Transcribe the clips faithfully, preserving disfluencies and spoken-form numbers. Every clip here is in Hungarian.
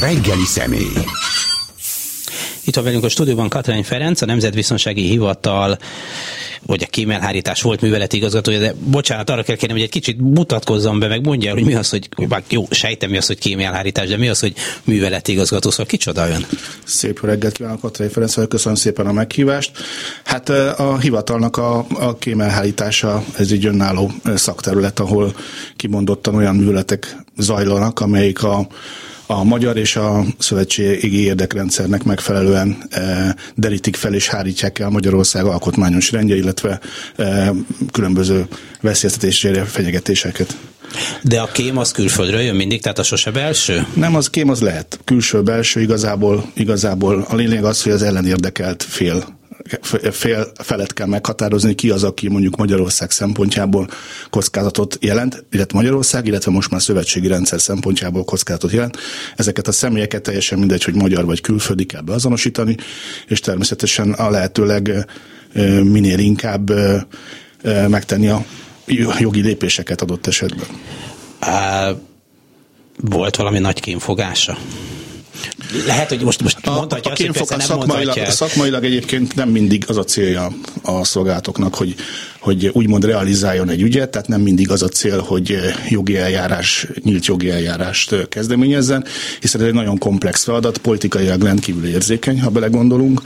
reggeli személy. Itt van velünk a stúdióban Katrány Ferenc, a Nemzetbiztonsági Hivatal, vagy a kémelhárítás volt műveleti igazgatója, de bocsánat, arra kell kérnem, hogy egy kicsit mutatkozzon be, meg mondja, hogy mi az, hogy jó, sejtem mi az, hogy kémelhárítás, de mi az, hogy műveleti igazgató, szóval kicsoda ön? Szép reggelt kívánok, Katrány Ferenc vagyok, köszönöm szépen a meghívást. Hát a hivatalnak a, a kémelhárítása, ez egy önálló szakterület, ahol kimondottan olyan műveletek zajlanak, amelyik a a magyar és a szövetségi érdekrendszernek megfelelően e, derítik fel és hárítják el Magyarország alkotmányos rendje, illetve e, különböző veszélyeztetésére fenyegetéseket. De a kém az külföldről jön mindig, tehát a sose belső? Nem, az kém az lehet. Külső-belső igazából, igazából a lényeg az, hogy az ellenérdekelt fél. fél felet kell meghatározni, ki az, aki mondjuk Magyarország szempontjából kockázatot jelent, illetve Magyarország, illetve most már szövetségi rendszer szempontjából kockázatot jelent. Ezeket a személyeket teljesen mindegy, hogy magyar vagy külföldi kell beazonosítani, és természetesen a lehetőleg minél inkább megtenni a jogi lépéseket adott esetben. Uh, volt valami nagy kémfogása? Lehet, hogy most, most mondhatja azt, hogy persze nem mondhatja. Szakmailag egyébként nem mindig az a célja a szolgálatoknak, hogy, hogy úgymond realizáljon egy ügyet, tehát nem mindig az a cél, hogy jogi eljárás, nyílt jogi eljárást kezdeményezzen, hiszen ez egy nagyon komplex feladat, politikailag rendkívül érzékeny, ha belegondolunk,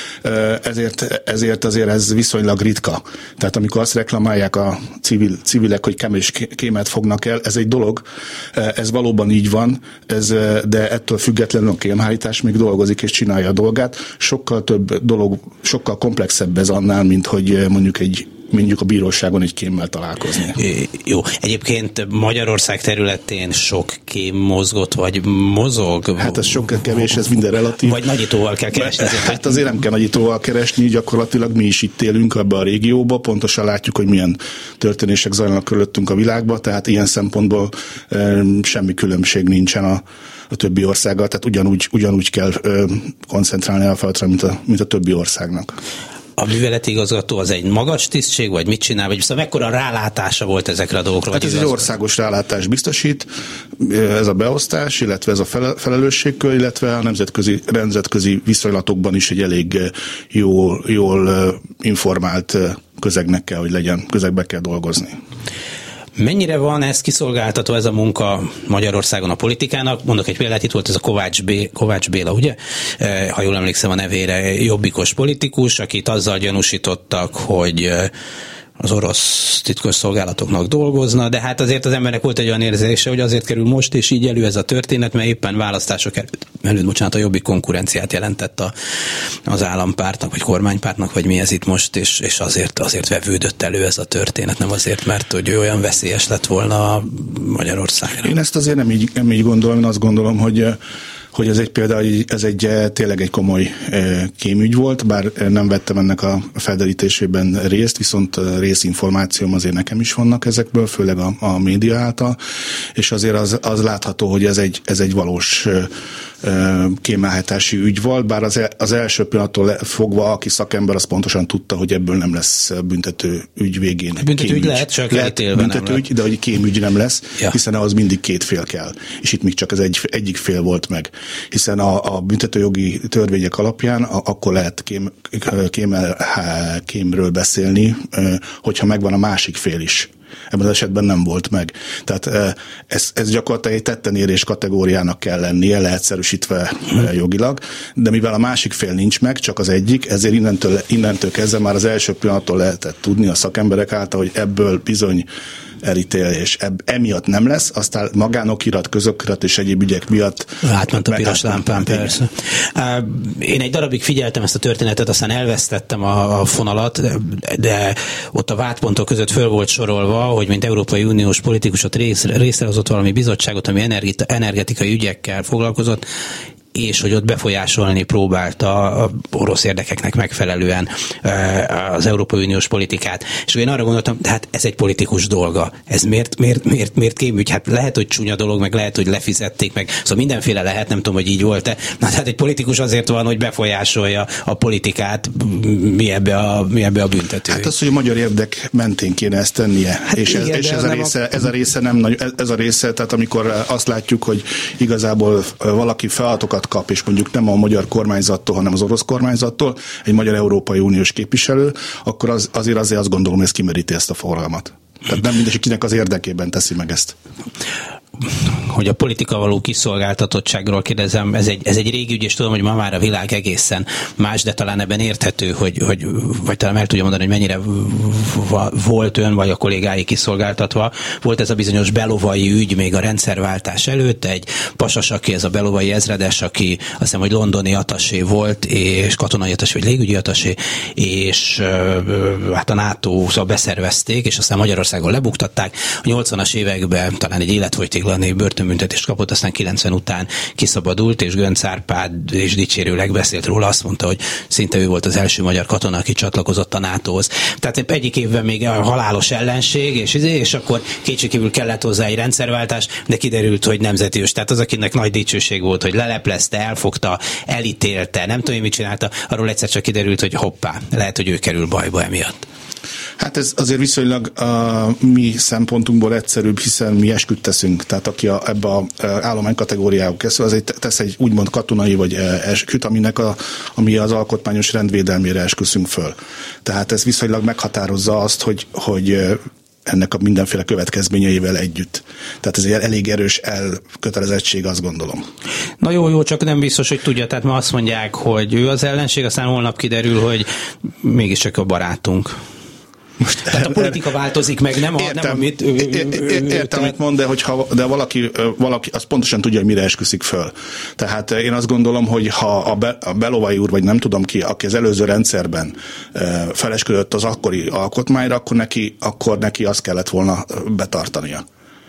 ezért, ezért azért ez viszonylag ritka. Tehát amikor azt reklamálják a civil, civilek, hogy kem és kémet fognak el, ez egy dolog, ez valóban így van, ez, de ettől függetlenül a kémhárítás még dolgozik és csinálja a dolgát. Sokkal több dolog, sokkal komplexebb ez annál, mint hogy mondjuk egy mondjuk a bíróságon egy kémmel találkozni. Jó. Egyébként Magyarország területén sok kém mozgott, vagy mozog? Hát ez sokkal kevés, ez minden relatív. Vagy nagyítóval kell keresni? Azért, hát azért nem kell nagyítóval keresni, gyakorlatilag mi is itt élünk ebbe a régióba, pontosan látjuk, hogy milyen történések zajlanak körülöttünk a világban, tehát ilyen szempontból e, semmi különbség nincsen a a többi országgal, tehát ugyanúgy, ugyanúgy kell ö, koncentrálni a feladatra, mint a, mint a többi országnak. A műveleti igazgató az egy magas tisztség, vagy mit csinál, vagy viszont mekkora rálátása volt ezekre a dolgokra? Hát ez egy országos rálátás biztosít, ez a beosztás, illetve ez a felelősségkör, illetve a nemzetközi, nemzetközi viszonylatokban is egy elég jól, jól informált közegnek kell, hogy legyen, közegbe kell dolgozni. Mennyire van ez kiszolgáltató, ez a munka Magyarországon a politikának? Mondok egy példát, itt volt ez a Kovács, B, Kovács Béla, ugye? Ha jól emlékszem a nevére, jobbikos politikus, akit azzal gyanúsítottak, hogy az orosz titkosszolgálatoknak dolgozna, de hát azért az embernek volt egy olyan érzése, hogy azért kerül most és így elő ez a történet, mert éppen választások előtt, előtt bocsánat, a Jobbik konkurenciát jelentett a, az állampártnak, vagy kormánypártnak, vagy mi ez itt most, és, és azért, azért vevődött elő ez a történet, nem azért, mert hogy olyan veszélyes lett volna Magyarországra. Én ezt azért nem így, nem így gondolom, én azt gondolom, hogy hogy ez egy például, ez egy tényleg egy komoly kémügy volt, bár nem vettem ennek a felderítésében részt, viszont részinformációm azért nekem is vannak ezekből, főleg a, a média által, és azért az, az látható, hogy ez egy, ez egy valós kémelhárítási ügy volt, bár az, az első pillanattól fogva, aki szakember, az pontosan tudta, hogy ebből nem lesz büntető ügy végén. Büntető ügy lehet, csak lehet büntető ügy, de hogy kémügy nem lesz, ja. Hiszen ahhoz mindig két fél kell. És itt még csak az egy, egyik fél volt meg. Hiszen a, a büntetőjogi törvények alapján a, akkor lehet kém, kémel, kémről beszélni, hogyha megvan a másik fél is. Ebben az esetben nem volt meg. Tehát ez, ez gyakorlatilag egy tettenérés kategóriának kell lennie, leegyszerűsítve jogilag, de mivel a másik fél nincs meg, csak az egyik, ezért innentől, innentől kezdve már az első pillanattól lehetett tudni a szakemberek által, hogy ebből bizony elítélés. Ebb, emiatt nem lesz, aztán magánokirat, közokirat és egyéb ügyek miatt átment a piros lámpán, persze. Én egy darabig figyeltem ezt a történetet, aztán elvesztettem a, a fonalat, de ott a vádpontok között föl volt sorolva, hogy mint Európai Uniós politikusot rész, részrehozott valami bizottságot, ami energetikai ügyekkel foglalkozott. és hogy ott befolyásolni próbálta a orosz érdekeknek megfelelően az Európai Uniós politikát. És én arra gondoltam, hát ez egy politikus dolga. Ez miért, miért, miért, miért kémügy? Hát lehet, hogy csúnya dolog, meg lehet, hogy lefizették meg. Szóval mindenféle lehet, nem tudom, hogy így volt-e. Na, tehát egy politikus azért van, hogy befolyásolja a politikát, mi ebbe a, mi ebbe a büntető. Hát az, hogy a magyar érdek mentén kéne ezt tennie. Hát és igen, ez, és ez, a része, a... ez a része nem nagy, ez a része, tehát amikor azt látjuk, hogy igazából valaki feladatokat kap, és mondjuk nem a magyar kormányzattól, hanem az orosz kormányzattól, egy magyar Európai Uniós képviselő, akkor az, azért azért azt gondolom, hogy ez kimeríti ezt a forgalmat. Tehát nem mindegy, kinek az érdekében teszi meg ezt. Hogy a politika való kiszolgáltatottságról kérdezem, ez egy, ez egy régi ügy, és tudom, hogy ma már a világ egészen más, de talán ebben érthető, hogy, hogy vagy talán meg tudja mondani, hogy mennyire volt ön vagy a kollégái kiszolgáltatva. Volt ez a bizonyos belovai ügy még a rendszerváltás előtt, egy pasas, aki ez a belovai ezredes, aki azt hiszem, hogy londoni atasé volt, és katonai atasé, vagy légügyi atasé, és hát a NATO szóval beszervezték, és aztán Magyarországon lebuktatták. A nyolcvanas években talán egy életfogytiglani börtönbüntetést kapott, aztán kilencven után kiszabadult, és Göncz Árpád és dicsérőleg beszélt róla, azt mondta, hogy szinte ő volt az első magyar katona, aki csatlakozott a nátóhoz. Tehát egyik évben még a halálos ellenség, és, és akkor kétségkívül kellett hozzá egy rendszerváltás, de kiderült, hogy nemzetiős. Tehát az, akinek nagy dicsőség volt, hogy leleplezte, elfogta, elítélte, nem tudom, mit csinálta, arról egyszer csak kiderült, hogy hoppá, lehet, hogy ő kerül bajba emiatt. Hát ez azért viszonylag a mi szempontunkból egyszerűbb, hiszen mi esküt teszünk. Tehát aki a, ebbe a állomány kategóriába készül, az egy, tesz egy úgymond katonai vagy esküt, aminek a, ami az alkotmányos rendvédelmére esküszünk föl. Tehát ez viszonylag meghatározza azt, hogy, hogy ennek a mindenféle következményeivel együtt. Tehát ez egy elég erős elkötelezettség, azt gondolom. Na jó, jó, csak nem biztos, hogy tudja. Tehát ma azt mondják, hogy ő az ellenség, aztán holnap kiderül, hogy mégiscsak a barátunk. Most tehát a politika változik meg, nem, a, értem, nem amit... Ő, ő, ő, értem, amit mond, de, hogyha, de valaki, valaki azt pontosan tudja, hogy mire esküszik föl. Tehát én azt gondolom, hogy ha a, Be, a Belovai úr, vagy nem tudom ki, aki az előző rendszerben felesküdött az akkori alkotmányra, akkor neki, akkor neki azt kellett volna betartania.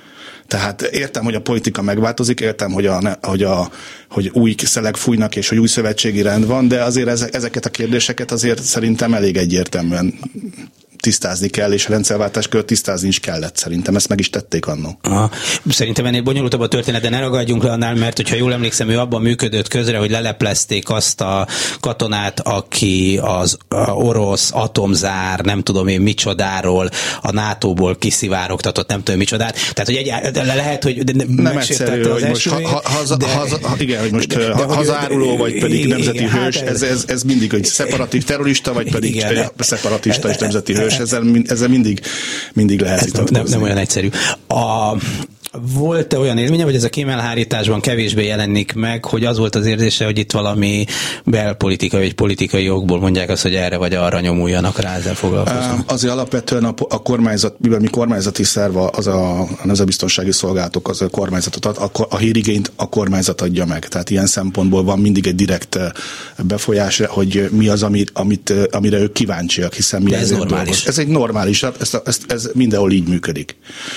Tehát értem, hogy a politika megváltozik, értem, hogy, a, hogy, a, hogy új szelek fújnak, és hogy új szövetségi rend van, de azért ezeket a kérdéseket azért szerintem elég egyértelműen tisztázni kell, és a rendszerváltás között tisztázni is kellett. Szerintem ezt meg is tették annó. Aha. Szerintem ennél bonyolultabb a történet, de ne ragadjunk le annál, mert hogyha jól emlékszem, ő abban működött közre, hogy leleplezték azt a katonát, aki az orosz atomzár, nem tudom én micsodáról, a nátóból kiszivárogtatott, nem tudom micsodát. Tehát, hogy egy, lehet, hogy nem egyszerű, hogy most ha, ha, haza, de, haza, igen, hogy most de, de, hazáruló, vagy pedig igen, nemzeti igen, hős, hát ez, ez, ez mindig, hogy szeparatív terrorista, vagy pedig igen, szeparatista és nemzeti hős. Ezzel, ezzel mindig, mindig lehet vitatkozni. Nem, nem olyan egyszerű. A, volt-e olyan élménye, hogy ez a kémelhárításban kevésbé jelenik meg, hogy az volt az érzése, hogy itt valami belpolitikai vagy politikai jogból mondják azt, hogy erre vagy arra nyomuljanak rá, ezzel foglalkoznak? Azért alapvetően a, a kormányzat, mivel mi kormányzati szerv, az a, a nemzetbiztonsági szolgálatok, az a kormányzatot ad, a, a hírigényt a kormányzat adja meg. Tehát ilyen szempontból van mindig egy direkt befolyás, hogy mi az, amit, amit, amire ők kíváncsiak, hiszen mi ez normális. Dolgos. Ez egy normális, ez, ez, ez mindenhol így működik.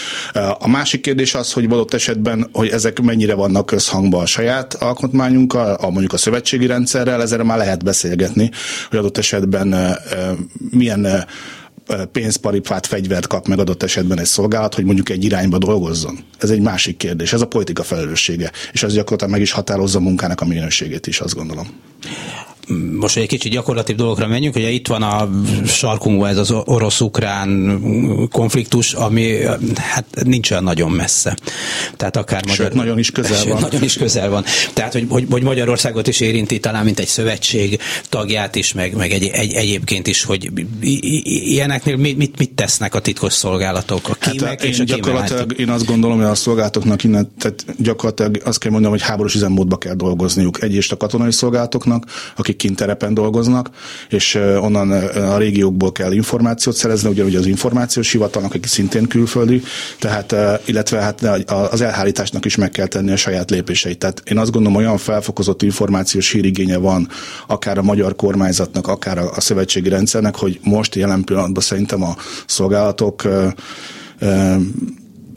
A másik kérdés az, hogy adott esetben, hogy ezek mennyire vannak összhangban a saját alkotmányunkkal, a, mondjuk a szövetségi rendszerrel, ezzel már lehet beszélgetni, hogy adott esetben e, milyen pénzparipát, fegyvert kap meg adott esetben egy szolgálat, hogy mondjuk egy irányba dolgozzon. Ez egy másik kérdés, ez a politika felelőssége, és ez gyakorlatilag meg is határozza a munkának a minőségét is, azt gondolom. Most egy kicsit gyakorlatibb dolgokra menjünk, ugye itt van a sarkunkban ez az orosz-ukrán konfliktus, ami hát nincs olyan nagyon messze. Tehát akár Sőt, magyar... nagyon is közel van. Nagyon is közel van. Tehát, hogy, hogy, hogy Magyarországot is érinti talán, mint egy szövetség tagját is, meg, meg egy, egy, egyébként is, hogy ilyeneknél mit, mit, mit tesznek a titkos szolgálatok, a kémek hát, és a gyakorlatilag én azt gondolom, hogy a szolgálatoknak innen, tehát gyakorlatilag azt kell mondanom, hogy háborús üzemmódba kell dolgozniuk. Egyrészt a katonai szolgálatoknak, akik kint terepen dolgoznak, és onnan a régiókból kell információt szerezni, ugyanúgy az információs hivatalnak, aki szintén külföldi, tehát, illetve hát az elhárításnak is meg kell tenni a saját lépéseit. Tehát én azt gondolom, olyan felfokozott információs hírigénye van akár a magyar kormányzatnak, akár a szövetségi rendszernek, hogy most jelen pillanatban szerintem a szolgálatok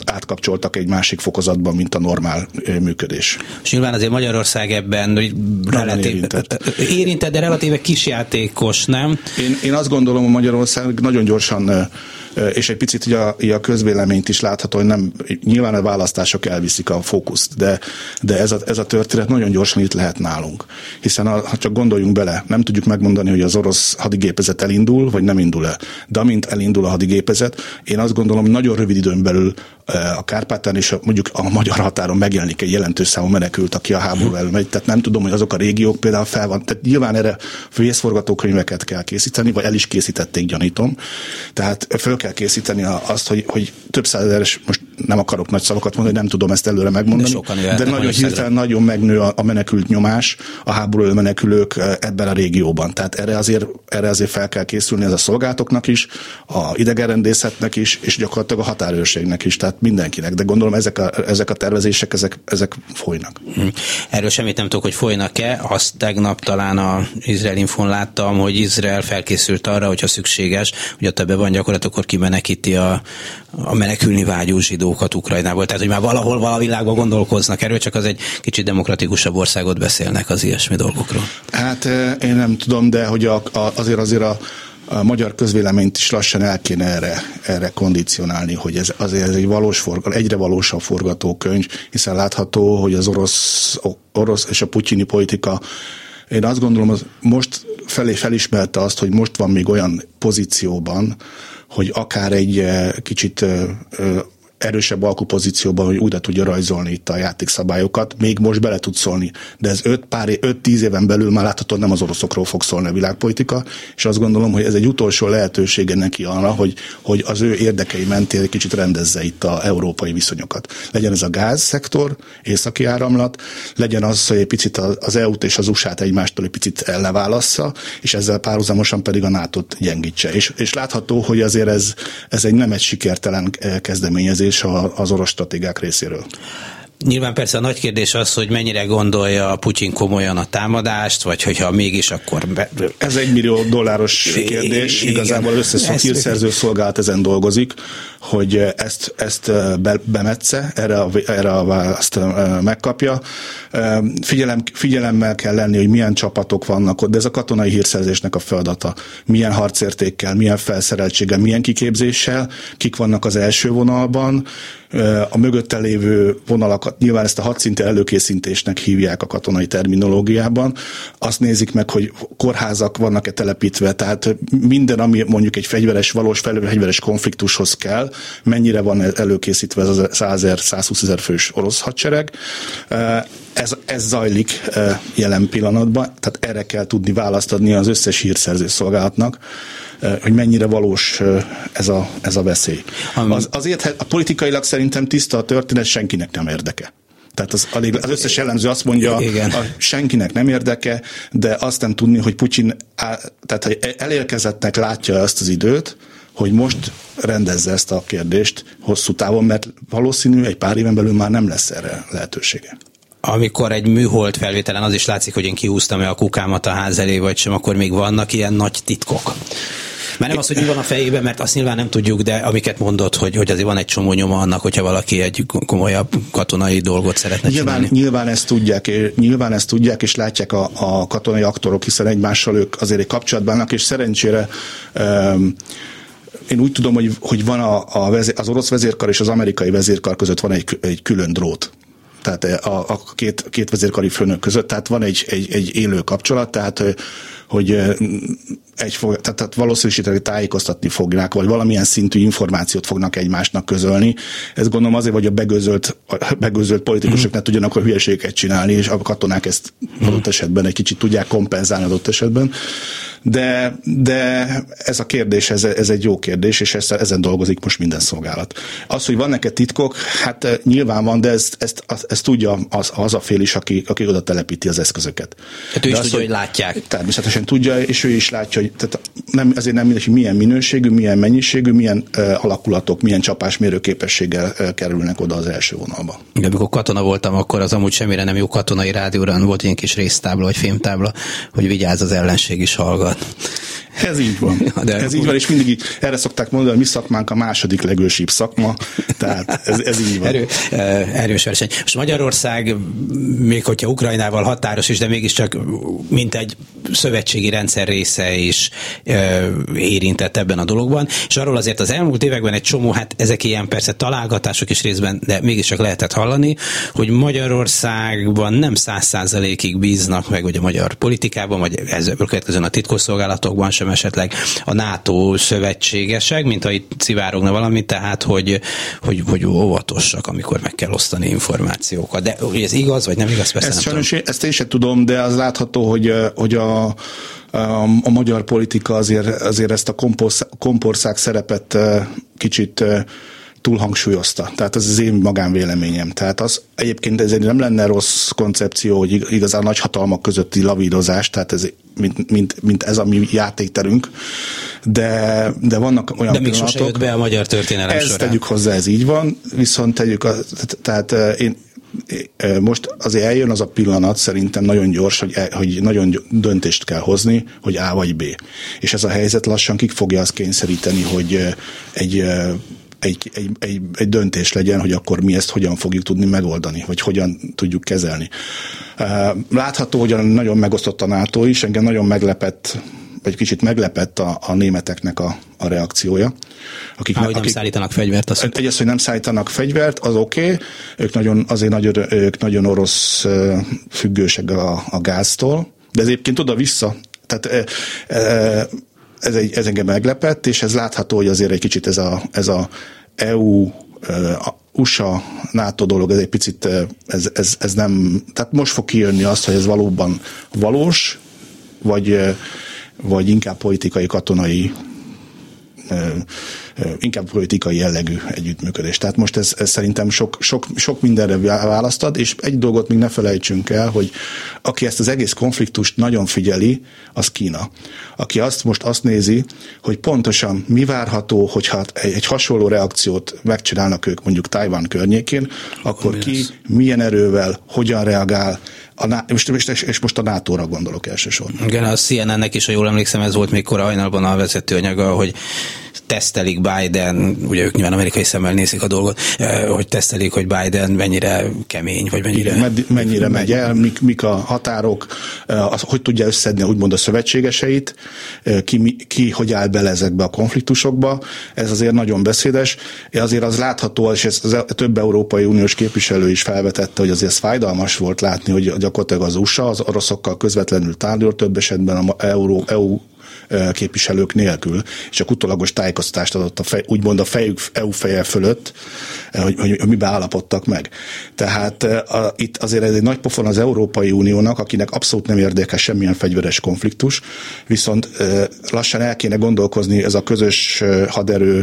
átkapcsoltak egy másik fokozatban, mint a normál működés. És nyilván azért Magyarország ebben relatív, érintett. érintett, de relatíve kisjátékos, nem? Én, én azt gondolom, hogy Magyarország nagyon gyorsan, és egy picit ugye a, ugye a közvéleményt is látható, hogy nem, nyilván a választások elviszik a fókuszt, de, de ez, a, ez a történet nagyon gyorsan itt lehet nálunk. Hiszen a, ha csak gondoljunk bele, nem tudjuk megmondani, hogy az orosz hadigépezet elindul, vagy nem indul el. De amint elindul a hadigépezet, én azt gondolom, nagyon rövid időn belül a Kárpátán és a, mondjuk a magyar határon megjelenik egy jelentős számú menekült, aki a háború elől megy. Tehát nem tudom, hogy azok a régiók például fel van. Tehát nyilván erre vészforgatókönyveket kell készíteni, vagy el is készítették, gyanítom. Tehát föl kell készíteni azt, hogy, hogy több százezeres, most nem akarok nagy szavakat mondani, nem tudom ezt előre megmondani, de, de nagyon hirtelen nagyon megnő a, a menekült nyomás, a háború elől menekülők ebben a régióban. Tehát erre azért, erre azért fel kell készülni ez a szolgálatoknak is, a idegenrendészetnek is, és gyakorlatilag a határőrségnek is. Tehát mindenkinek, de gondolom ezek a, ezek a tervezések, ezek, ezek folynak. Erről semmit nem tudok, hogy folynak-e. Azt tegnap talán az Izrael Infón láttam, hogy Izrael felkészült arra, hogyha szükséges, hogy a többe van gyakorlatilag, akkor kimenekíti a, a menekülni vágyó zsidókat Ukrajnából. Tehát, hogy már valahol valavilágban gondolkoznak erről, csak az egy kicsit demokratikusabb országot beszélnek az ilyesmi dolgokról. Hát én nem tudom, de hogy a, a, azért azért a a magyar közvéleményt is lassan el kéne erre, erre kondicionálni, hogy ez azért ez egy valós forgató, egyre valósabb forgatókönyv, hiszen látható, hogy az orosz, orosz és a putyini politika, én azt gondolom, az most felé felismerte azt, hogy most van még olyan pozícióban, hogy akár egy kicsit erősebb alkupozícióban, hogy úgy tudja rajzolni itt a játékszabályokat, még most bele tud szólni. De ez öt, pár, öt-tíz éven belül már láthatóan nem az oroszokról fog szólni a világpolitika, és azt gondolom, hogy ez egy utolsó lehetősége neki arra, hogy, hogy az ő érdekei mentén egy kicsit rendezze itt az európai viszonyokat. Legyen ez a gázszektor, északi áramlat, legyen az, hogy egy picit az é u-t és az u es á-t egymástól egy picit leválassza, és ezzel párhuzamosan pedig a nátót gyengítse. És, és látható, hogy azért ez, ez egy nem egy sikertelen kezdeményezés az orosz stratégák részéről. Nyilván persze a nagy kérdés az, hogy mennyire gondolja Putyin komolyan a támadást, vagy hogyha mégis akkor... Be... Ez egy millió dolláros kérdés. I- Igazából összes hírszerző szolgálat ezen dolgozik, hogy ezt, ezt be, bemetsze, erre a, erre a választ megkapja. Figyelem, figyelemmel kell lenni, hogy milyen csapatok vannak ott, de ez a katonai hírszerzésnek a feladata. Milyen harcértékkel, milyen felszereltséggel, milyen kiképzéssel, kik vannak az első vonalban, a mögötte lévő vonalakat, nyilván ezt a hadszintű előkészítésnek hívják a katonai terminológiában, azt nézik meg, hogy kórházak vannak-e telepítve, tehát minden, ami mondjuk egy fegyveres, valós fegyveres konfliktushoz kell, mennyire van előkészítve ez a százezer-százhúszezer fős orosz hadsereg. Ez, ez zajlik jelen pillanatban, tehát erre kell tudni választ adni az összes hírszerző szolgálatnak, hogy mennyire valós ez a, ez a veszély. Az, azért a politikailag szerintem tiszta a történet, senkinek nem érdeke. Tehát az, az összes elemző azt mondja, a senkinek nem érdeke, de azt nem tudni, hogy Putyin, tehát hogy elérkezettnek látja ezt az időt, hogy most rendezze ezt a kérdést hosszú távon, mert valószínű egy pár éven belül már nem lesz erre lehetősége. Amikor egy műhold felvételen az is látszik, hogy én kihúztam-e a kukámat a ház elé, vagy sem, akkor még vannak ilyen nagy titkok. Mert nem az, hogy mi van a fejében, mert azt nyilván nem tudjuk, de amiket mondott, hogy, hogy azért van egy csomó nyoma annak, hogyha valaki egy komolyabb katonai dolgot szeretne nyilván, csinálni. Nyilván ezt tudják, és, nyilván ezt tudják, és látják a, a katonai aktorok, hiszen egymással ők azért egy kapcsolatban vannak, és szerencsére um, én úgy tudom, hogy, hogy van a, a vezér, az orosz vezérkar és az amerikai vezérkar között van egy, egy külön drót. Tehát a, a két, két vezérkari főnök között, tehát van egy, egy, egy élő kapcsolat, tehát hogy egy, tehát, tehát valószínűsíteni tájékoztatni fognak, vagy valamilyen szintű információt fognak egymásnak közölni. Ez gondolom azért, hogy a begőzölt, a begőzölt politikusok mm. ne tudjanak a hülyeséget csinálni, és a katonák ezt mm. adott esetben egy kicsit tudják kompenzálni adott esetben. De, de ez a kérdés, ez, ez egy jó kérdés, és ezt, ezen dolgozik most minden szolgálat. Az, hogy vannak-e titkok, hát nyilván van, de ezt, ezt, ezt, ezt tudja az, az a fél is, aki, aki oda telepíti az eszközöket. Hát ő is de tudja, az, hogy látják. Természetesen tökéletesen tudja, és ő is látja, hogy tehát nem, ezért nem mindegy, hogy milyen minőségű, milyen mennyiségű, milyen uh, alakulatok, milyen csapásmérő képességgel uh, kerülnek oda az első vonalba. Igen, amikor katona voltam, akkor az amúgy semmire nem jó katonai rádióra volt ilyen kis résztábla vagy fémtábla, hogy vigyázz, az ellenség is hallgat. Ez így van. De ez így van, és mindig így, erre szokták mondani, hogy mi szakmánk a második legősibb szakma, tehát ez, ez így van. Erő, erős verseny. Most Magyarország, még hogyha Ukrajnával határos is, de mégiscsak mint egy szövetségi rendszer része is érintett ebben a dologban, és arról azért az elmúlt években egy csomó, hát ezek ilyen persze találgatások is részben, de mégiscsak lehetett hallani, hogy Magyarországban nem száz százalékig bíznak meg, hogy a magyar politikában, vagy ezzel következően a titkosszolgálatokban sem esetleg a NATO szövetségesek, mint ha itt szivárogna valami, tehát hogy, hogy, hogy óvatosak, amikor meg kell osztani információkat. De hogy ez igaz, vagy nem igaz? Persze ezt nem sajnos tudom. Ezt én sem tudom, de az látható, hogy, hogy a, a, a magyar politika azért, azért ezt a kompország szerepet kicsit túlhangsúlyozta. Tehát ez az én magánvéleményem. Tehát az egyébként ez nem lenne rossz koncepció, hogy igazán nagy hatalmak közötti lavírozás, tehát ez mint, mint, mint ez a mi játékterünk, de, de vannak olyan de még pillanatok. sose jött be a magyar történelem ezt során. tegyük hozzá, ez így van, viszont tegyük, a, tehát én most azért eljön az a pillanat szerintem nagyon gyors, hogy, hogy nagyon döntést kell hozni, hogy A vagy B. És ez a helyzet lassan kik fogja azt kényszeríteni, hogy egy Egy, egy, egy, egy döntés legyen, hogy akkor mi ezt hogyan fogjuk tudni megoldani, vagy hogyan tudjuk kezelni. Látható, hogy nagyon megosztott a NATO is, engem nagyon meglepett, vagy kicsit meglepett a, a németeknek a, a reakciója. Akik, Há, hogy nem akik, szállítanak fegyvert. Azt egyrészt, hogy nem szállítanak fegyvert, az oké, okay. ők nagyon, azért nagyon, ők nagyon orosz függősek a, a gáztól, de ez egyébként oda-vissza. Tehát Ez, egy, ez engem meglepett, és ez látható, hogy azért egy kicsit ez a, ez a é u, u es á, NATO dolog, ez egy picit, ez, ez, ez nem, tehát most fog kijönni azt, hogy ez valóban valós, vagy, vagy inkább politikai, katonai, inkább politikai jellegű együttműködés. Tehát most ez, ez szerintem sok, sok, sok mindenre választ ad, és egy dolgot még ne felejtsünk el, hogy aki ezt az egész konfliktust nagyon figyeli, az Kína. Aki azt most azt nézi, hogy pontosan mi várható, hogyha egy, egy hasonló reakciót megcsinálnak ők mondjuk Tajvan környékén, akkor mi ki, lesz? Milyen erővel, hogyan reagál, a, és most a nátóra gondolok elsősorban. Igen, a C N N-nek is, ha jól emlékszem, ez volt még korai hajnalban a vezetőanyaga, hogy tesztelik Biden, ugye ők nyilván amerikai szemmel nézik a dolgot, hogy tesztelik, hogy Biden mennyire kemény, vagy mennyire... Igen, mennyire megy el, mik, mik a határok, az, hogy tudja összedni úgymond a szövetségeseit, ki, ki hogy áll bele ezekbe a konfliktusokba, ez azért nagyon beszédes. Azért az látható, és ez több Európai Uniós képviselő is felvetette, hogy azért ez fájdalmas volt látni, hogy gyakorlatilag az u es á az oroszokkal közvetlenül tárgyal, több esetben a Euró, é u képviselők nélkül, és csak utólagos tájékoztatást adott a fej, úgymond a fejük, é u feje fölött, hogy, hogy, hogy mibe állapodtak meg. Tehát a, itt azért ez egy nagy pofon az Európai Uniónak, akinek abszolút nem érdekes semmilyen fegyveres konfliktus, viszont lassan el kéne gondolkozni, ez a közös haderő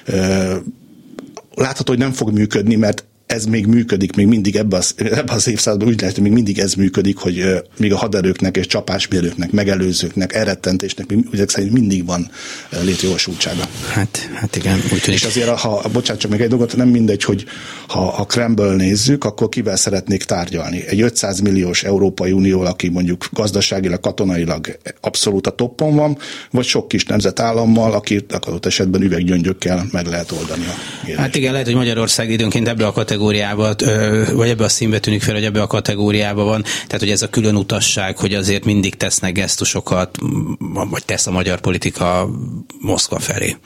látható, hogy nem fog működni, mert ez még működik, még mindig ebben az, ebbe az évszázadban úgy lehet, hogy még mindig ez működik, hogy uh, még a haderőknek és csapásmérőknek, megelőzőknek, elrettentésnek még ugye szerint mindig van uh, létjogosultsága. Hát, hát igen, úgy tűnik. És azért, ha, bocsánat, csak még egy dolgot, nem mindegy, hogy ha a Kreml nézzük, akkor kivel szeretnék tárgyalni. Egy ötszáz milliós Európai Unió, aki mondjuk gazdaságilag, katonailag abszolút a toppon van, vagy sok kis nemzetállammal, aki adott esetben üveggyöngyökkel meg lehet oldani a kérdést. Hát igen, lehet, hogy Magyarország időnként ebbe a kategóriába, vagy ebbe a színbe tűnik fel, hogy ebbe a kategóriába van, tehát hogy ez a külön utasság, hogy azért mindig tesznek gesztusokat, vagy tesz a magyar politika Moszkva felé.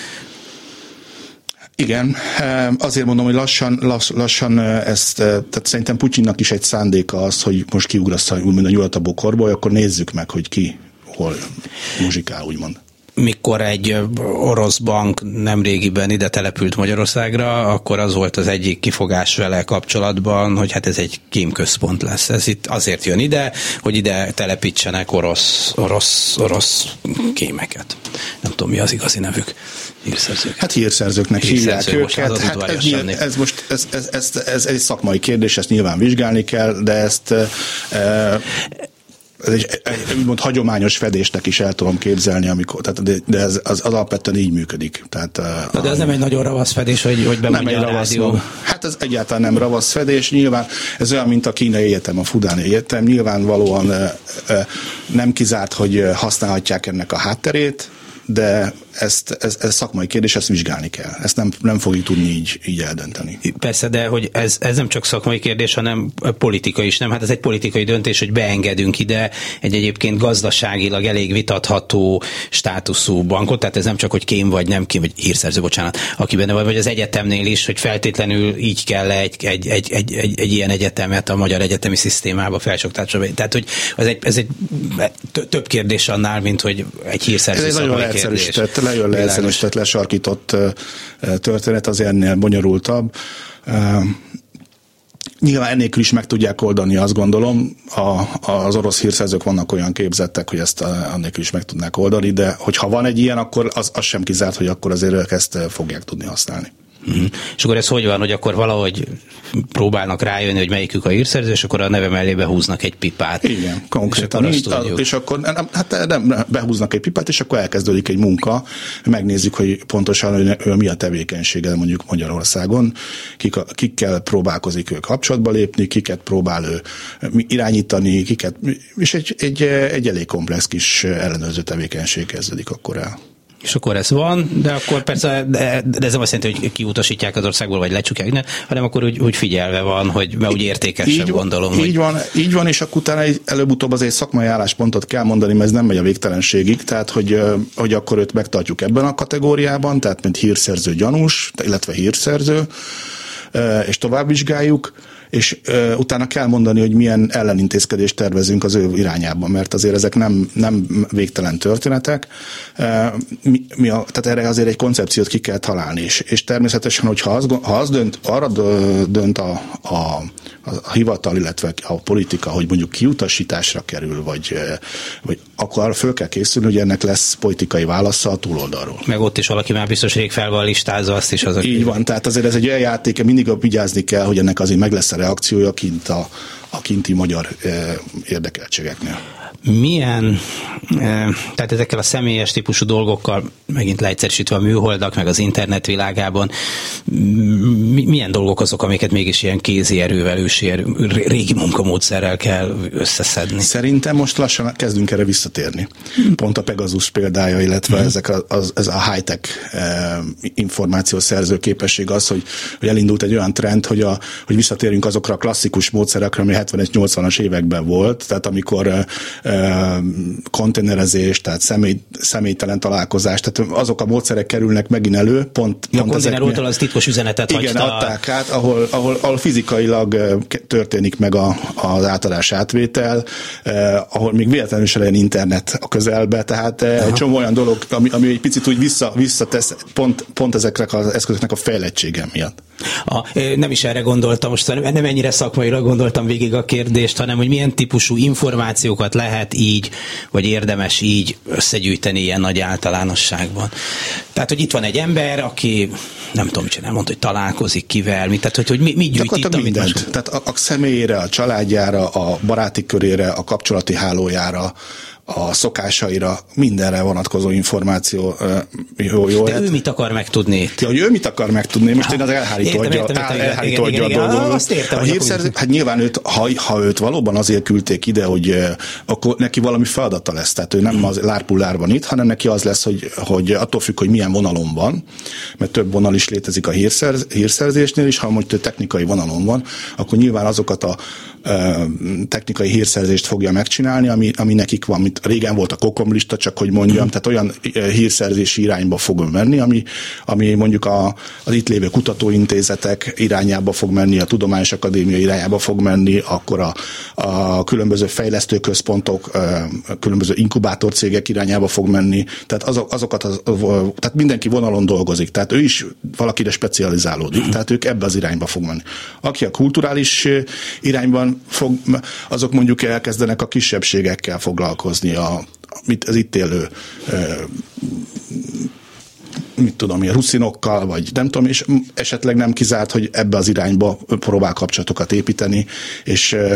Igen, azért mondom, hogy lassan, lass, lassan ezt, tehát szerintem Putyinnak is egy szándéka az, hogy most kiugrassza úgymond a nyugat a bokorból, akkor nézzük meg, hogy ki hol muzsikál, úgymond. Mikor egy orosz bank nemrégiben ide települt Magyarországra, akkor az volt az egyik kifogás vele kapcsolatban, hogy hát ez egy kémközpont lesz. Ez itt azért jön ide, hogy ide telepítsenek orosz, orosz, orosz kémeket. Nem tudom, mi az igazi nevük. Hírszerzők. Hát hírszerzőknek hívják őket. Hát ez, ez most ez, ez, ez, ez egy szakmai kérdés, ezt nyilván vizsgálni kell, de ezt... E, ez egy, egy úgymond hagyományos fedésnek is el tudom képzelni, amikor, tehát de, de ez az, az alapvetően így működik. Tehát, de, de ez a, nem egy nagyon ravasz fedés, hogy, hogy bemondja a rádió. Hát ez egyáltalán nem ravasz fedés, nyilván ez olyan, mint a kínai egyetem, a Fudáni Egyetem, nyilvánvalóan e, e, nem kizárt, hogy használhatják ennek a hátterét, de ezt, ez, ez szakmai kérdés, ezt vizsgálni kell. Ezt nem, nem fogjuk tudni így, így eldönteni. Persze, de hogy ez, ez nem csak szakmai kérdés, hanem politikai is, nem? Hát ez egy politikai döntés, hogy beengedünk ide egy egyébként gazdaságilag elég vitatható státuszú bankot, tehát ez nem csak, hogy kém vagy nem kém, vagy hírszerző, bocsánat, aki benne vagy, vagy az egyetemnél is, hogy feltétlenül így kell egy, egy, egy, egy, egy, egy ilyen egyetemet a magyar egyetemi szisztémába felsőoktatásba. Tehát, hogy ez egy, ez egy több kérdés annál, mint hogy egy hírszerző szakmai kérdés. Nagyon leegyszerűsített, lesarkított történet, az ennél bonyolultabb. Nyilván ennélkül is meg tudják oldani, azt gondolom. A, az orosz hírszerzők vannak olyan képzettek, hogy ezt annélkül is meg tudnák oldani, de hogyha van egy ilyen, akkor az, az sem kizárt, hogy akkor azért ők ezt fogják tudni használni. Mm. És akkor ez hogy van, hogy akkor valahogy próbálnak rájönni, hogy melyikük a hírszerző, és akkor a neve mellé behúznak egy pipát. Igen, konkrétan. És, így, és akkor nem, hát nem, behúznak egy pipát, és akkor elkezdődik egy munka, megnézzük, hogy pontosan ő mi a tevékenysége mondjuk Magyarországon, kik, kikkel próbálkozik ő kapcsolatba lépni, kiket próbál ő irányítani, kiket, és egy, egy, egy elég komplex kis ellenőrző tevékenység kezdődik akkor el. És akkor ez van, de akkor persze, de, de ez nem azt jelenti, hogy kiutasítják az országból, vagy lecsukják, ne, hanem akkor úgy, úgy figyelve van, hogy mert úgy értékesebb, gondolom. Így hogy... van, így van, és akkor utána előbb-utóbb azért szakmai álláspontot kell mondani, mert ez nem megy a végtelenségig, tehát hogy, hogy akkor őt megtartjuk ebben a kategóriában, tehát mint hírszerző gyanús, illetve hírszerző, és tovább vizsgáljuk, és uh, utána kell mondani, hogy milyen ellenintézkedést tervezünk az ő irányában, mert azért ezek nem, nem végtelen történetek. Uh, mi, mi a, tehát erre azért egy koncepciót ki kell találni, és, és természetesen, hogyha az, ha az dönt, arra dönt a, a, a hivatal, illetve a politika, hogy mondjuk kiutasításra kerül, vagy, vagy akkor arra föl kell készülni, hogy ennek lesz politikai válasza a túloldalról. Meg ott is valaki már biztos rég fel van listázva, azt is az. Így van, tehát azért ez egy olyan játék, mindig vigyázni kell, hogy ennek azért meg lesz a reakciója kint a, a kinti magyar e, érdekeltségeknél. Milyen, e, tehát ezekkel a személyes típusú dolgokkal, megint leegyszerűsítve a műholdak, meg az internet világában, mi, milyen dolgok azok, amiket mégis ilyen kézi erővel, ősi erő, régi munkamódszerrel kell összeszedni? Szerintem most lassan kezdünk erre visszatérni. Hmm. Pont a Pegasus példája, illetve hmm. ezek a, az, ez a high-tech e, információszerző képesség az, hogy, hogy elindult egy olyan trend, hogy, a, hogy visszatérünk azokra a klasszikus módszerekre, ami hetvenes nyolcvanas években volt, tehát amikor e, konténerezés, tehát személy, személytelen találkozás, tehát azok a módszerek kerülnek megint elő, pont, ja, pont a konténerútól az titkos üzenetet igen, hagyta. Igen, adták át, ahol, ahol, ahol fizikailag történik meg a, az átadás átvétel, eh, ahol még véletlenül se legyen internet a közelbe, tehát eh, egy csomó olyan dolog, ami, ami egy picit úgy vissza, visszatesz pont, pont ezeknek az eszközöknek a fejlettsége miatt. A, nem is erre gondoltam, most nem ennyire szakmailag gondoltam végig a kérdést, hanem hogy milyen típusú információkat lehet így, vagy érdemes így összegyűjteni ilyen nagy általánosságban. Tehát, hogy itt van egy ember, aki nem tudom, mit csinál, mondta, hogy találkozik kivel, mit, tehát, hogy, hogy mi, mi gyűjt itt, amit most... Tehát a, a személyére, a családjára, a baráti körére, a kapcsolati hálójára, a szokásaira, mindenre vonatkozó információ jó, jó. De hát, ő mit akar megtudni? Ja, hogy ő mit akar megtudni? Most én az elhárító adja a dolgot. A hírszerző, hát nyilván őt, ha, ha őt valóban azért küldték ide, hogy akkor neki valami feladata lesz. Tehát ő nem az lárpullár van itt, hanem neki az lesz, hogy, hogy attól függ, hogy milyen vonalon van, mert több vonal is létezik a hírszerz, hírszerzésnél is, ha mondjuk technikai vonalon van, akkor nyilván azokat a technikai hírszerzést fogja megcsinálni, ami, ami nekik van, mint régen volt a kokomlista, csak hogy mondjam, tehát olyan hírszerzési irányba fog menni, ami, ami mondjuk a, az itt lévő kutatóintézetek irányába fog menni, a Tudományos Akadémia irányába fog menni, akkor a, a különböző fejlesztőközpontok, a különböző inkubátorcégek irányába fog menni, tehát azok, azokat, az, tehát mindenki vonalon dolgozik, tehát ő is valakire specializálódik, tehát ők ebbe az irányba fog menni. Aki a kulturális irányban fog, azok mondjuk elkezdenek a kisebbségekkel foglalkozni, a, az itt élő mit tudom, ilyen ruszinokkal, vagy nem tudom, és esetleg nem kizárt, hogy ebbe az irányba próbál kapcsolatokat építeni, és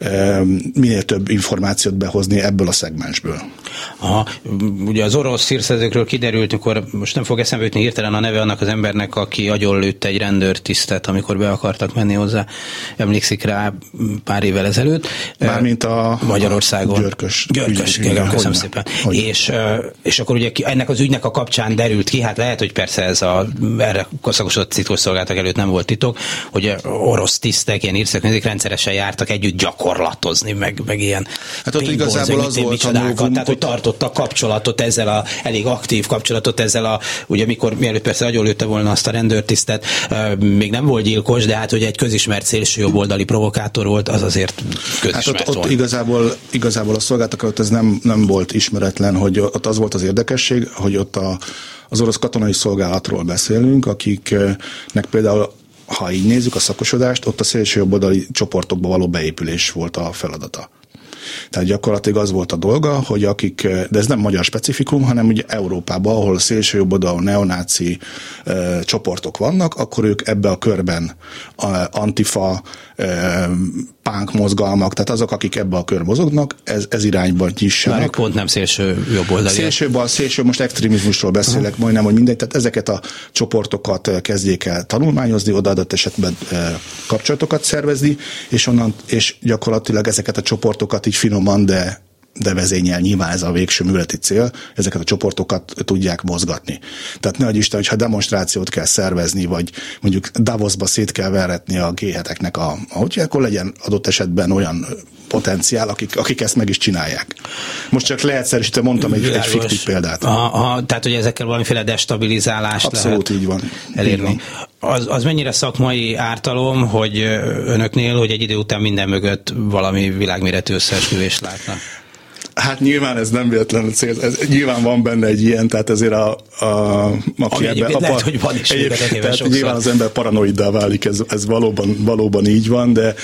minél több információt behozni ebből a szegmensből. Aha, ugye az orosz hírszerzőkről kiderült, akkor most nem fog eszembe jutni hirtelen a neve annak az embernek, aki agyonlőtte egy rendőrtisztet, amikor be akartak menni hozzá. Emlékszik rá pár évvel ezelőtt. Mármint a Magyarországon. Györkös. Györkös, ügy, igen, köszönöm szépen. És, és akkor ugye ennek az ügynek a kapcsán derült ki, hát lehet, hogy persze ez a erre szakosodott titkosszolgálatok előtt nem volt titok, hogy orosz tisztek, ilyen hírszerzők rendszeresen jártak együtt gyakorlatozni, meg, meg ilyen hát ott igazából az volt a novum, tehát, hogy tartottak kapcsolatot ezzel a, elég aktív kapcsolatot ezzel a, ugye mikor, mielőtt persze agyonlőtte volna azt a rendőrtisztet, még nem volt gyilkos, de hát, hogy egy közismert szélsőjobboldali provokátor volt, az azért közismert hát ott, volt. ott igazából, igazából a szolgálatok előtt ez nem, nem volt ismeretlen, hogy ott az volt az érdekesség, hogy ott a, az orosz katonai szolgálatról beszélünk, akiknek például, ha így nézzük a szakosodást, ott a szélsőjobboldali csoportokba való beépülés volt a feladata. Tehát gyakorlatilag az volt a dolga, hogy akik, de ez nem magyar specifikum, hanem ugye Európában, ahol szélsőjobboldalú neonáci e, csoportok vannak, akkor ők ebbe a körben a antifa, e, punk mozgalmak, tehát azok, akik ebbe a kör mozognak, ez, ez irányba nyissanak. Már pont nem szélső jobboldali. Szélső bal, szélső, most extrémizmusról beszélek, uh-huh. majdnem, hogy mindegy, tehát ezeket a csoportokat kezdjék el tanulmányozni, odaadott esetben e, kapcsolatokat szervezni, és onnan, és gyakorlatilag ezeket a csoportokat így finoman, de, de vezényel, nyilván ez a végső műveleti cél, ezeket a csoportokat tudják mozgatni. Tehát ne adj Isten, hogyha demonstrációt kell szervezni, vagy mondjuk Davosba szét kell verretni a gé heteknek a, ahogy akkor legyen adott esetben olyan potenciál, akik, akik ezt meg is csinálják. Most csak leegyszerűsítve mondtam egy, egy fiktív példát. Aha, tehát, hogy ezekkel valamiféle destabilizálást abszolút lehet így van. elérni. Így van. Az, az mennyire szakmai ártalom, hogy önöknél, hogy egy idő után minden mögött valami világméretű összeesküvést látnak? Hát nyilván ez nem véletlen cél, ez, nyilván van benne egy ilyen, tehát ezért a, a aki ebben, a, lehet, hogy van is egyébként, tehát nyilván az ember paranoiddá válik, ez, ez valóban, valóban így van, de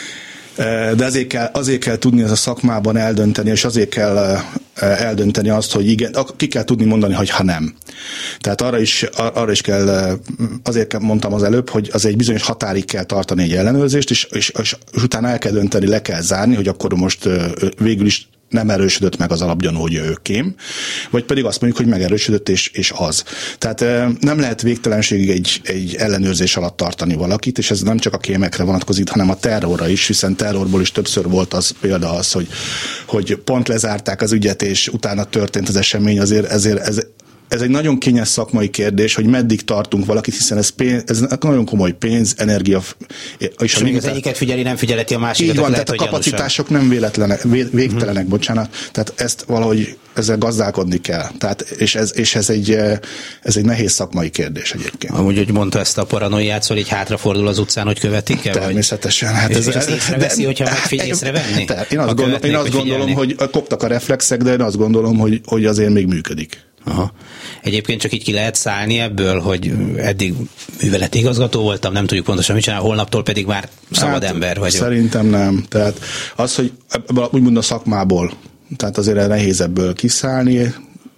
de azért kell, azért kell tudni ez a szakmában eldönteni, és azért kell eldönteni azt, hogy igen, ki kell tudni mondani, hogy ha nem. Tehát arra is, arra is kell, azért mondtam az előbb, hogy az egy bizonyos határig kell tartani egy ellenőrzést, és, és, és utána el kell dönteni, le kell zárni, hogy akkor most végül is nem erősödött meg az alapgyanú, hogy ő kém, vagy pedig azt mondjuk, hogy megerősödött, és, és az. Tehát nem lehet végtelenségig egy, egy ellenőrzés alatt tartani valakit, és ez nem csak a kémekre vonatkozik, hanem a terrorra is, hiszen terrorból is többször volt az példa az, hogy, hogy pont lezárták az ügyet, és utána történt az esemény, azért ezért ez, ez egy nagyon kényes szakmai kérdés, hogy meddig tartunk valakit, hiszen ez, pénz, ez nagyon komoly pénz, energia. És, és még az egyiket figyeli, nem figyeleti a másikat. Így van, lehet, tehát a kapacitások gyanúsan. Nem véletlenek, végtelenek, uh-huh. bocsánat, tehát ezt valahogy ezzel gazdálkodni kell. Tehát, és ez, és ez, egy, ez egy nehéz szakmai kérdés egyébként. Amúgy, hogy mondta ezt a paranoiát, szóval így hátrafordul az utcán, hogy követik-e? Természetesen. Hát és ez, és azt észreveszi, hogyha megfigyel észrevenni? Én azt, gondol, én azt gondolom, hogy koptak a reflexek, de én azt gondolom, hogy, hogy azért még működik. Aha. Egyébként csak így ki lehet szállni ebből, hogy eddig műveleti igazgató voltam, nem tudjuk pontosan mit csinál, holnaptól pedig már szabad hát, ember vagyok. Szerintem nem. Tehát az, hogy úgymond a szakmából, tehát azért nehéz ebből kiszállni,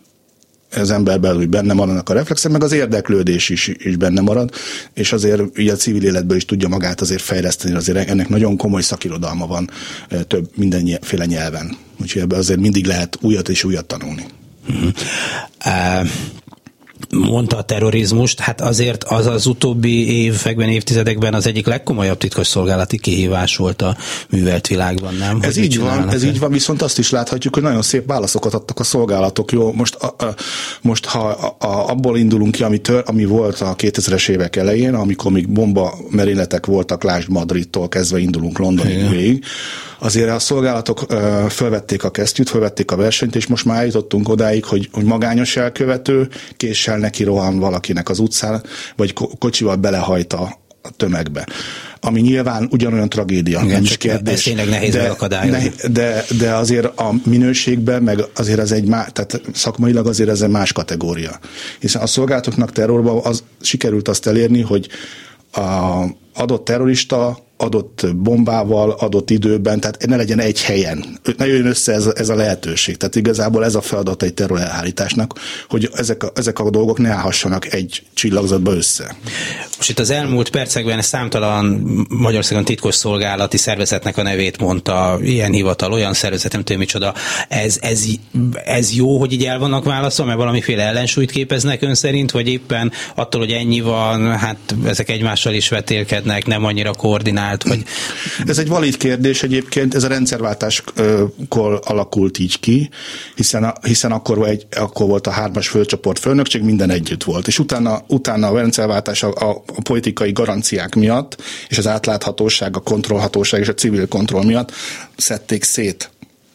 az ember belül benne maradnak a reflexek, meg az érdeklődés is, is benne marad, és azért ugye a civil életből is tudja magát azért fejleszteni, azért ennek nagyon komoly szakirodalma van több mindenféle nyelven. Úgyhogy ebben azért mindig lehet újat és újat tanulni. Uh-huh. Uh, mondta a terrorizmust, hát azért az az utóbbi években, évtizedekben az egyik legkomolyabb titkosszolgálati kihívás volt a művelt világban, nem? Ez így van, ez így van, viszont azt is láthatjuk, hogy nagyon szép válaszokat adtak a szolgálatok. Jó, most, a, a, most ha a, a, abból indulunk ki, ami, tör, ami volt a kétezres évek elején, amikor még bomba merényletek voltak, lásd Madridtól kezdve indulunk Londonig végig, azért a szolgálatok ö, fölvették a kesztyűt, fölvették a versenyt, és most már eljutottunk odáig, hogy, hogy magányos elkövető késsel neki rohan valakinek az utcán, vagy ko- kocsival belehajt a, a tömegbe. Ami nyilván ugyanolyan tragédia, igen, nem is kérdés. Ez tényleg nehéz de, megakadályozni. De, de, de azért a minőségben, meg azért ez egy más, tehát szakmailag azért ez egy más kategória. Hiszen a szolgálatoknak terrorban az, sikerült azt elérni, hogy a adott terrorista adott bombával, adott időben, tehát ne legyen egy helyen. Ne jöjjön össze ez, ez a lehetőség. Tehát igazából ez a feladat egy terrorelhárításnak, hogy ezek a, ezek a dolgok ne állhassanak egy csillagzatba össze. Most itt az elmúlt percekben számtalan Magyarországon titkos szolgálati szervezetnek a nevét mondta, ilyen hivatal, olyan szervezet, nem tudom micsoda. Ez, ez, ez jó, hogy így el vannak válaszol, mert valamiféle ellensúlyt képeznek ön szerint, vagy éppen attól, hogy ennyi van, hát ezek egymással is vetélkednek, nem annyira koordinált, vagy... Ez egy valid kérdés egyébként, ez a rendszerváltáskor alakult így ki, hiszen, a, hiszen akkor, egy, akkor volt a hármas főcsoport főnökség, minden együtt volt. És utána, utána a rendszerváltás a, a, a politikai garanciák miatt, és az átláthatóság, a kontrollhatóság és a civil kontroll miatt szedték szét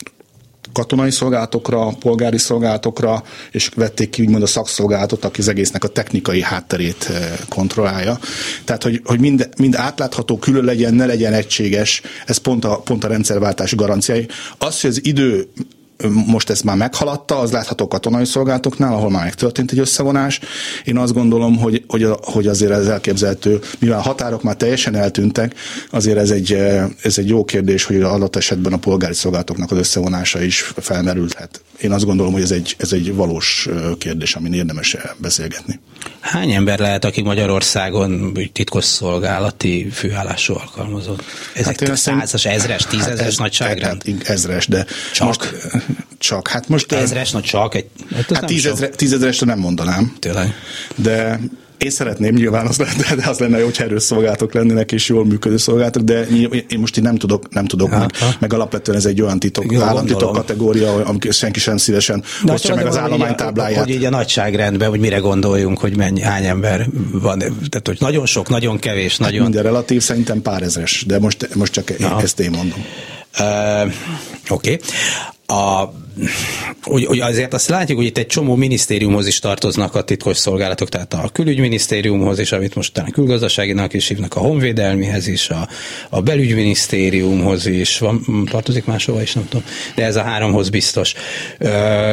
katonai szolgálatokra, polgári szolgálatokra, és vették ki úgymond a szakszolgálatot, aki az egésznek a technikai hátterét kontrollálja. Tehát, hogy, hogy mind, mind átlátható, külön legyen, ne legyen egységes, ez pont a, pont a rendszerváltás garanciái. Az, hogy az idő most ezt már meghaladta, az látható katonai szolgálatoknál, ahol már megtörtént egy összevonás. Én azt gondolom, hogy, hogy, hogy azért ez elképzelhető, mivel a határok már teljesen eltűntek, azért ez egy, ez egy jó kérdés, hogy adott esetben a polgári szolgálatoknak az összevonása is felmerülhet. Én azt gondolom, hogy ez egy, ez egy valós kérdés, amin érdemes beszélgetni. Hány ember lehet, aki Magyarországon titkos szolgálati főállású alkalmazott? Ezek hát százas, ezres, tízezres hát ez, nagyságrend? Hát ezres, de csak? Most, csak, hát most... Ezres, no csak? Egy, hát tízezre, tízezresre nem mondanám. Tényleg. De... Én szeretném, nyilván az, de az lenne, hogyha erős szolgálatok lennének, és jól működő szolgálatok, de én most így nem tudok, nem tudok meg, meg alapvetően ez egy olyan titok, államtitok kategória, amikor senki sem szívesen osztja meg az állománytábláját. Hogy így a nagyságrendben, hogy mire gondoljunk, hogy mennyi, hány ember van. Tehát, hogy nagyon sok, nagyon kevés, nagyon... Hát minden relatív, szerintem pár ezres, de most, most csak én, ezt én mondom. Uh, Oké. Okay. A, úgy, úgy azért azt látjuk, hogy itt egy csomó minisztériumhoz is tartoznak a titkos szolgálatok, tehát a külügyminisztériumhoz is, amit most talán külgazdaságinak is hívnak, a honvédelmihez is, a, a belügyminisztériumhoz is, van, tartozik máshova is, nem tudom, de ez a háromhoz biztos. Uh,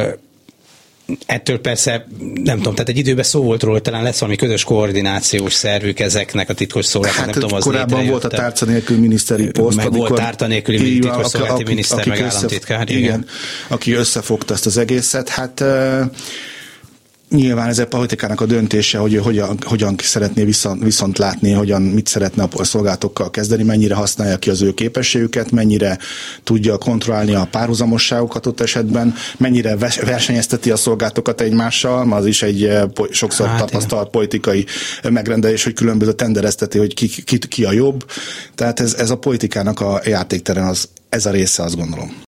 Ettől persze, nem tudom, tehát egy időben szó volt róla, hogy talán lesz valami közös koordinációs szervük ezeknek a titkos szolgálatnak, hát nem tudom, az korábban volt a tárca nélkül miniszteri poszt. Meg volt tárca nélküli titkos szolgálati miniszter, meg államtitkár. Igen, igen, aki összefogta ezt az egészet. Hát uh, nyilván ez a politikának a döntése, hogy hogyan, hogyan szeretné viszont, viszont látni, hogyan mit szeretne a szolgálatokkal kezdeni, mennyire használja ki az ő képességüket, mennyire tudja kontrollálni a párhuzamosságokat ott esetben, mennyire versenyezteti a szolgálatokat egymással, az is egy sokszor hát, tapasztalt igen. politikai megrendelés, hogy különböző tenderezteti, hogy ki, ki, ki a jobb. Tehát ez, ez a politikának a játékteren, az, ez a része, azt gondolom.